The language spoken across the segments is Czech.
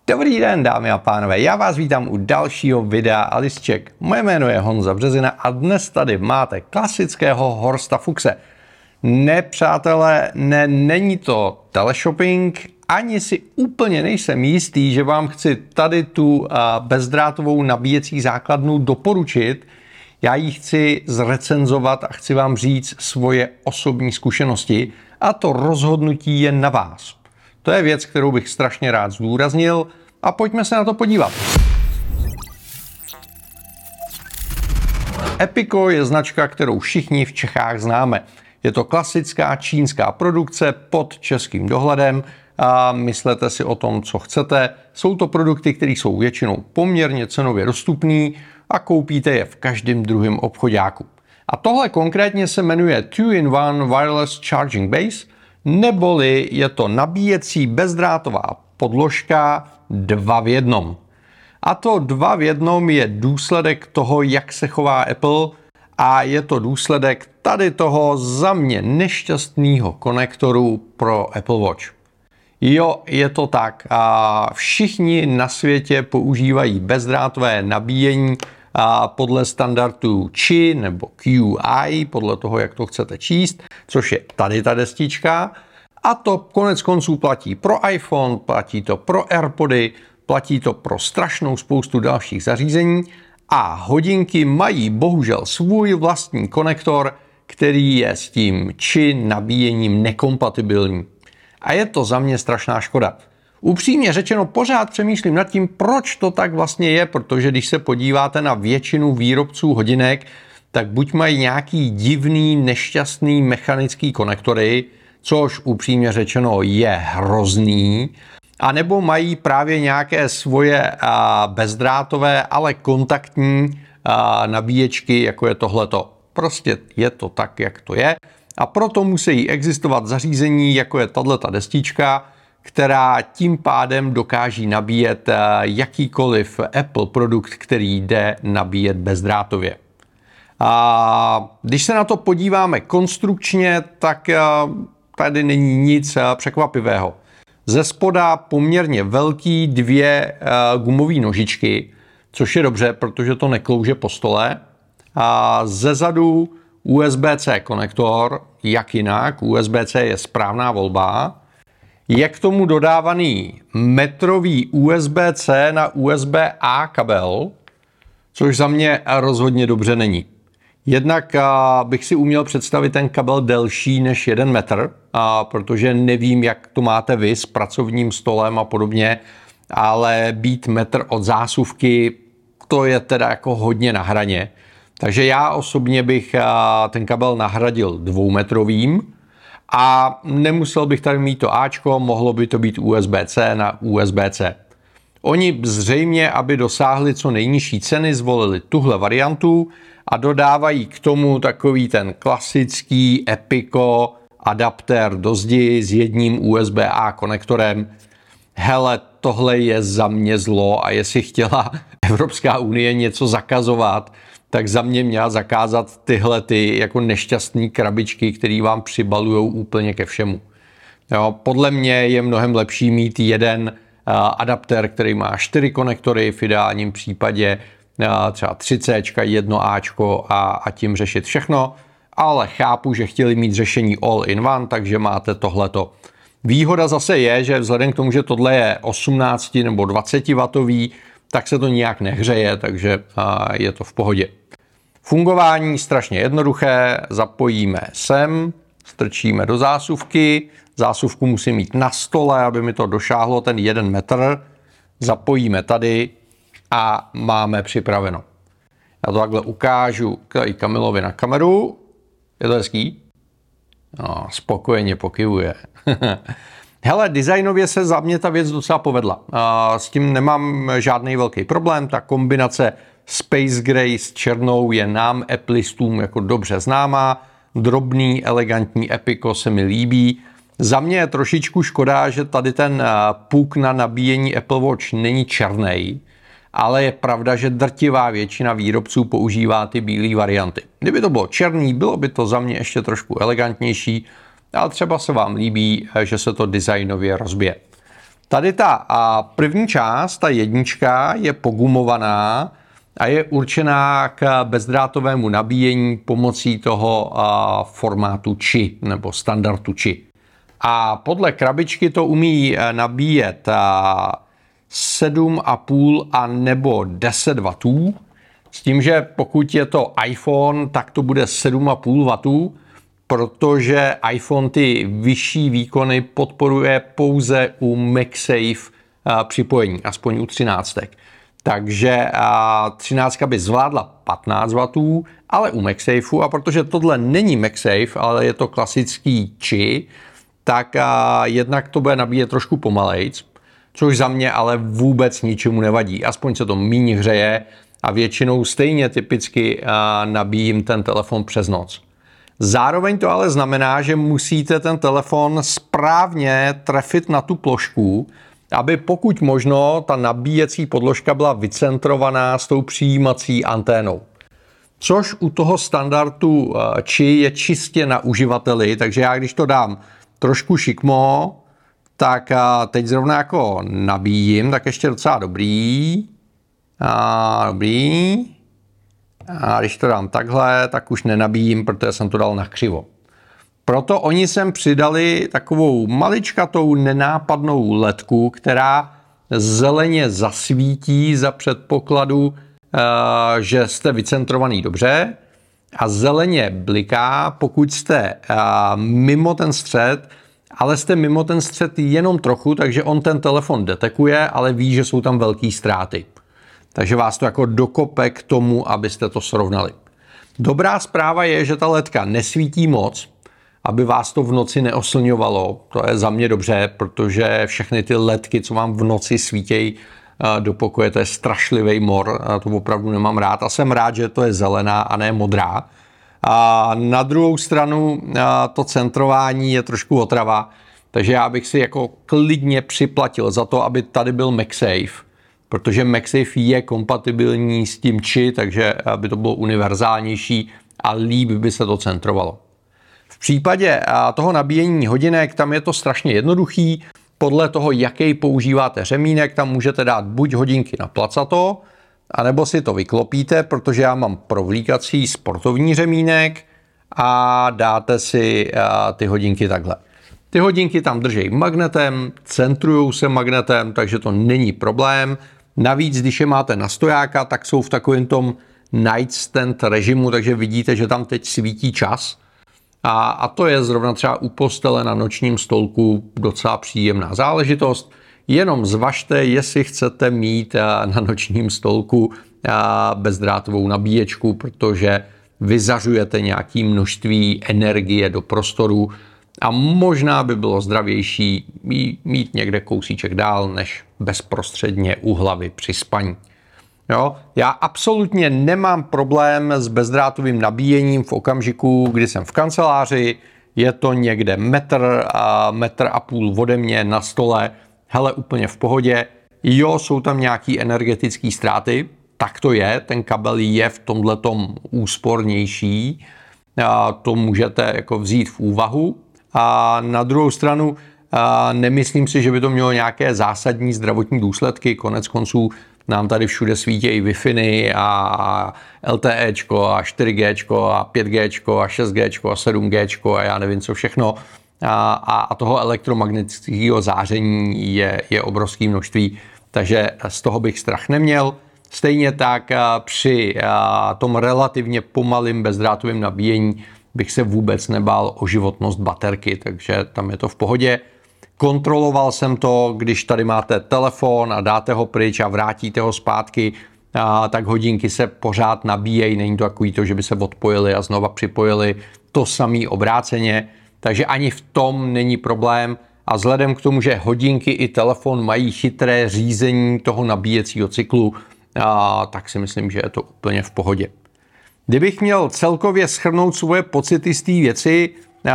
Dobrý den, dámy a pánové, já vás vítám u dalšího videa Alisček. Moje jméno je Honza Březina a dnes tady máte klasického Horsta Fuchse. Ne, přátelé, není to teleshopping, ani si úplně nejsem jistý, že vám chci tady tu bezdrátovou nabíjecí základnu doporučit. Já ji chci zrecenzovat a chci vám říct svoje osobní zkušenosti a to rozhodnutí je na vás. To je věc, kterou bych strašně rád zdůraznil a pojďme se na to podívat. Epico je značka, kterou všichni v Čechách známe. Je to klasická čínská produkce pod českým dohledem a myslete si o tom, co chcete. Jsou to produkty, které jsou většinou poměrně cenově dostupné a koupíte je v každém druhém obchodáku. A tohle konkrétně se jmenuje 2-in-1 Wireless Charging Base, neboli je to nabíjecí bezdrátová podložka 2 v 1. A to 2 v 1 je důsledek toho, jak se chová Apple a je to důsledek tady toho za mě nešťastného konektoru pro Apple Watch. Jo, je to tak. A všichni na světě používají bezdrátové nabíjení podle standardu QI nebo QI, podle toho, jak to chcete číst, což je tady ta destička. A to konec konců platí pro iPhone, platí to pro AirPody, platí to pro strašnou spoustu dalších zařízení a hodinky mají bohužel svůj vlastní konektor, který je s tím QI nabíjením nekompatibilní. A je to za mě strašná škoda. Upřímně řečeno pořád přemýšlím nad tím, proč to tak vlastně je, protože když se podíváte na většinu výrobců hodinek, tak buď mají nějaký divný, nešťastný mechanický konektory, což upřímně řečeno je hrozný, anebo mají právě nějaké svoje bezdrátové, ale kontaktní nabíječky, jako je tohleto. Prostě je to tak, jak to je. A proto musí existovat zařízení, jako je tato destička, která tím pádem dokáží nabíjet jakýkoliv Apple produkt, který jde nabíjet bezdrátově. A když se na to podíváme konstrukčně, tak tady není nic překvapivého. Ze spoda poměrně velký 2 gumové nožičky, což je dobře, protože to neklouže po stole. A ze zadu USB-C konektor, jak jinak, USB-C je správná volba. Je k tomu dodávaný metrový USB-C na USB-A kabel, což za mě rozhodně dobře není. Jednak bych si uměl představit ten kabel delší než 1 metr, protože nevím, jak to máte vy s pracovním stolem a podobně, ale být metr od zásuvky, to je teda jako hodně na hraně. Takže já osobně bych ten kabel nahradil 2metrovým a nemusel bych tady mít to Ačko, mohlo by to být USB-C na USB-C. Oni zřejmě, aby dosáhli co nejnižší ceny, zvolili tuhle variantu a dodávají k tomu takový ten klasický Epico adaptér do zdi s jedním USB-A konektorem. Hele, tohle je za mě zlo a jestli chtěla Evropská unie něco zakazovat, tak za mě měla zakázat tyhle ty jako nešťastné krabičky, které vám přibalujou úplně ke všemu. Jo, podle mě je mnohem lepší mít jeden adaptér, který má 4 konektory, v ideálním případě třeba 3C, 1Ačko a tím řešit všechno, ale chápu, že chtěli mít řešení all-in-one, takže máte tohleto. Výhoda zase je, že vzhledem k tomu, že tohle je 18 nebo 20 W, tak se to nijak nehřeje, takže je to v pohodě. Fungování strašně jednoduché, zapojíme sem, strčíme do zásuvky, zásuvku musím mít na stole, aby mi to došáhlo ten 1 metr, zapojíme tady a máme připraveno. Já to takhle ukážu i Kamilovi na kameru. Je to hezký? No, spokojeně pokyvuje. Hele, designově se za mě ta věc docela povedla. S tím nemám žádný velký problém. Ta kombinace Space Gray s černou je nám Applistům jako dobře známá. Drobný, elegantní Epico se mi líbí. Za mě je trošičku škoda, že tady ten puk na nabíjení Apple Watch není černý, ale je pravda, že drtivá většina výrobců používá ty bílé varianty. Kdyby to bylo černý, bylo by to za mě ještě trošku elegantnější, ale třeba se vám líbí, že se to designově rozbije. Tady ta první část, ta jednička, je pogumovaná a je určená k bezdrátovému nabíjení pomocí toho formátu Qi nebo standardu Qi. A podle krabičky to umí nabíjet 7,5 a nebo 10 W. S tím, že pokud je to iPhone, tak to bude 7,5 W, protože iPhone ty vyšší výkony podporuje pouze u MagSafe připojení, aspoň u 13. Takže 13 by zvládla 15 W, ale u MagSafeu, a protože tohle není MagSafe, ale je to klasický Qi, tak jednak to bude nabíjet trošku pomalejc, což za mě ale vůbec ničemu nevadí. Aspoň se to míň hřeje a většinou stejně typicky nabíjím ten telefon přes noc. Zároveň to ale znamená, že musíte ten telefon správně trefit na tu plošku, aby pokud možno ta nabíjecí podložka byla vycentrovaná s tou přijímací anténou. Což u toho standardu Qi je čistě na uživateli, takže já když to dám trošku šikmo, tak teď zrovna jako nabíjím, tak ještě docela dobrý. Dobrý. A když to dám takhle, tak už nenabíjím, protože jsem to dal na křivo. Proto oni sem přidali takovou maličkatou nenápadnou ledku, která zeleně zasvítí za předpokladu, že jste vycentrovaný dobře, a zeleně bliká, pokud jste mimo ten střed, ale jste mimo ten střed jenom trochu, takže on ten telefon detekuje, ale ví, že jsou tam velké ztráty. Takže vás to jako dokope k tomu, abyste to srovnali. Dobrá zpráva je, že ta ledka nesvítí moc, aby vás to v noci neoslňovalo. To je za mě dobře, protože všechny ty ledky, co vám v noci svítějí do pokoje, to je strašlivý mor. To opravdu nemám rád a jsem rád, že to je zelená a ne modrá. A na druhou stranu to centrování je trošku otrava, takže já bych si jako klidně připlatil za to, aby tady byl MagSafe, protože MagSafe je kompatibilní s tím Qi, takže aby to bylo univerzálnější a líp by se to centrovalo. V případě toho nabíjení hodinek tam je to strašně jednoduchý. Podle toho, jaký používáte řemínek, tam můžete dát buď hodinky na placato, anebo si to vyklopíte, protože já mám provlíkací sportovní řemínek a dáte si ty hodinky takhle. Ty hodinky tam drží magnetem, centrujou se magnetem, takže to není problém. Navíc, když je máte na stojáka, tak jsou v takovém tom nightstand režimu, takže vidíte, že tam teď svítí čas. A to je zrovna třeba u postele na nočním stolku docela příjemná záležitost. Jenom zvažte, jestli chcete mít na nočním stolku bezdrátovou nabíječku, protože vyzařujete nějaké množství energie do prostoru a možná by bylo zdravější mít někde kousíček dál, než bezprostředně u hlavy při spaní. Jo? Já absolutně nemám problém s bezdrátovým nabíjením v okamžiku, kdy jsem v kanceláři, je to někde metr a půl ode mě na stole, hele, úplně v pohodě. Jo, jsou tam nějaké energetické ztráty, tak to je, ten kabel je v tomhletom úspornější, to můžete jako vzít v úvahu. A na druhou stranu nemyslím si, že by to mělo nějaké zásadní zdravotní důsledky, konec konců nám tady všude svítějí Wi-Fi a LTEčko a 4Gčko a 5Gčko a 6Gčko a 7Gčko a já nevím co všechno. A toho elektromagnetického záření je obrovské množství, takže z toho bych strach neměl. Stejně tak při tom relativně pomalým bezdrátovém nabíjení bych se vůbec nebál o životnost baterky, takže tam je to v pohodě. Kontroloval jsem to, když tady máte telefon a dáte ho pryč a vrátíte ho zpátky, tak hodinky se pořád nabíjejí, není to takový to, že by se odpojili a znova připojili, to samý obráceně, takže ani v tom není problém a vzhledem k tomu, že hodinky i telefon mají chytré řízení toho nabíjecího cyklu, tak si myslím, že je to úplně v pohodě. Kdybych měl celkově shrnout svoje pocity z té věci,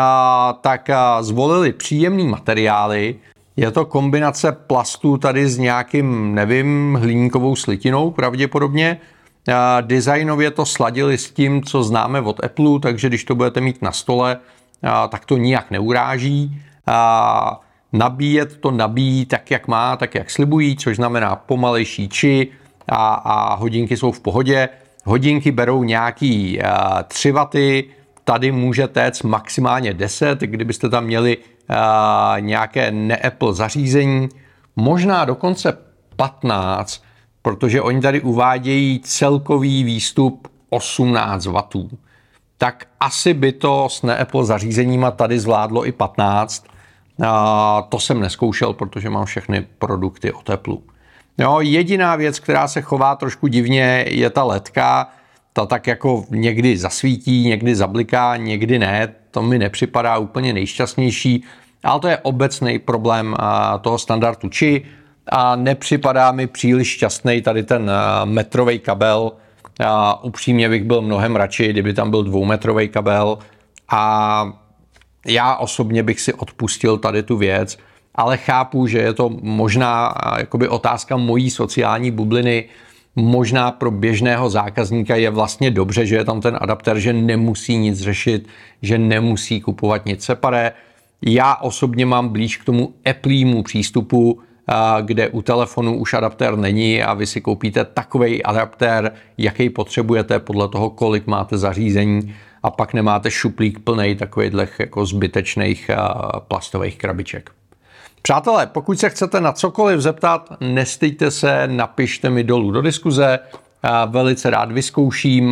tak zvolili příjemný materiály. Je to kombinace plastu tady s nějakým, nevím, hliníkovou slitinou pravděpodobně. Designově to sladili s tím, co známe od Apple, takže když to budete mít na stole, tak to nijak neuráží. nabíjet to nabíjí tak, jak má, tak, jak slibují, což znamená pomalejší či a hodinky jsou v pohodě. Hodinky berou nějaký 3 W, tady může téct maximálně 10, kdybyste tam měli nějaké ne-Apple zařízení, možná dokonce 15, protože oni tady uvádějí celkový výstup 18 W. Tak asi by to s ne-Apple zařízeníma tady zvládlo i 15. To jsem neskoušel, protože mám všechny produkty od Apple. Jo, jediná věc, která se chová trošku divně, je ta ledka. Ta tak jako někdy zasvítí, někdy zabliká, někdy ne. To mi nepřipadá úplně nejšťastnější, ale to je obecný problém toho standardu Qi. A nepřipadá mi příliš šťastný tady ten metrový kabel. Upřímně bych byl mnohem radši, kdyby tam byl 2metrový kabel. A já osobně bych si odpustil tady tu věc, ale chápu, že je to možná jakoby otázka mojí sociální bubliny. Možná pro běžného zákazníka je vlastně dobře, že je tam ten adaptér, že nemusí nic řešit, že nemusí kupovat nic separé. Já osobně mám blíž k tomu Applému přístupu, kde u telefonu už adaptér není a vy si koupíte takovej adaptér, jaký potřebujete podle toho, kolik máte zařízení, a pak nemáte šuplík plnej takových jako zbytečných plastových krabiček. Přátelé, pokud se chcete na cokoliv zeptat, nestyďte se, napište mi dolů do diskuze, velice rád vyzkouším,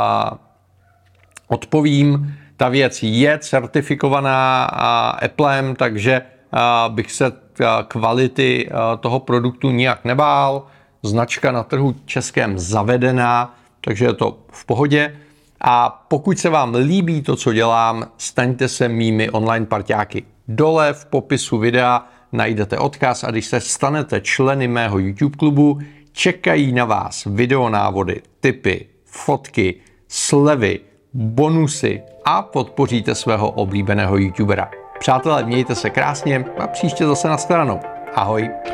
odpovím. Ta věc je certifikovaná Applem, takže bych se kvality toho produktu nijak nebál. Značka na trhu českém zavedená, takže je to v pohodě. A pokud se vám líbí to, co dělám, staňte se mými online parťáky. Dole v popisu videa najdete odkaz a když se stanete členy mého YouTube klubu, čekají na vás videonávody, tipy, fotky, slevy, bonusy a podpoříte svého oblíbeného YouTubera. Přátelé, mějte se krásně a příště zase nashledanou. Ahoj.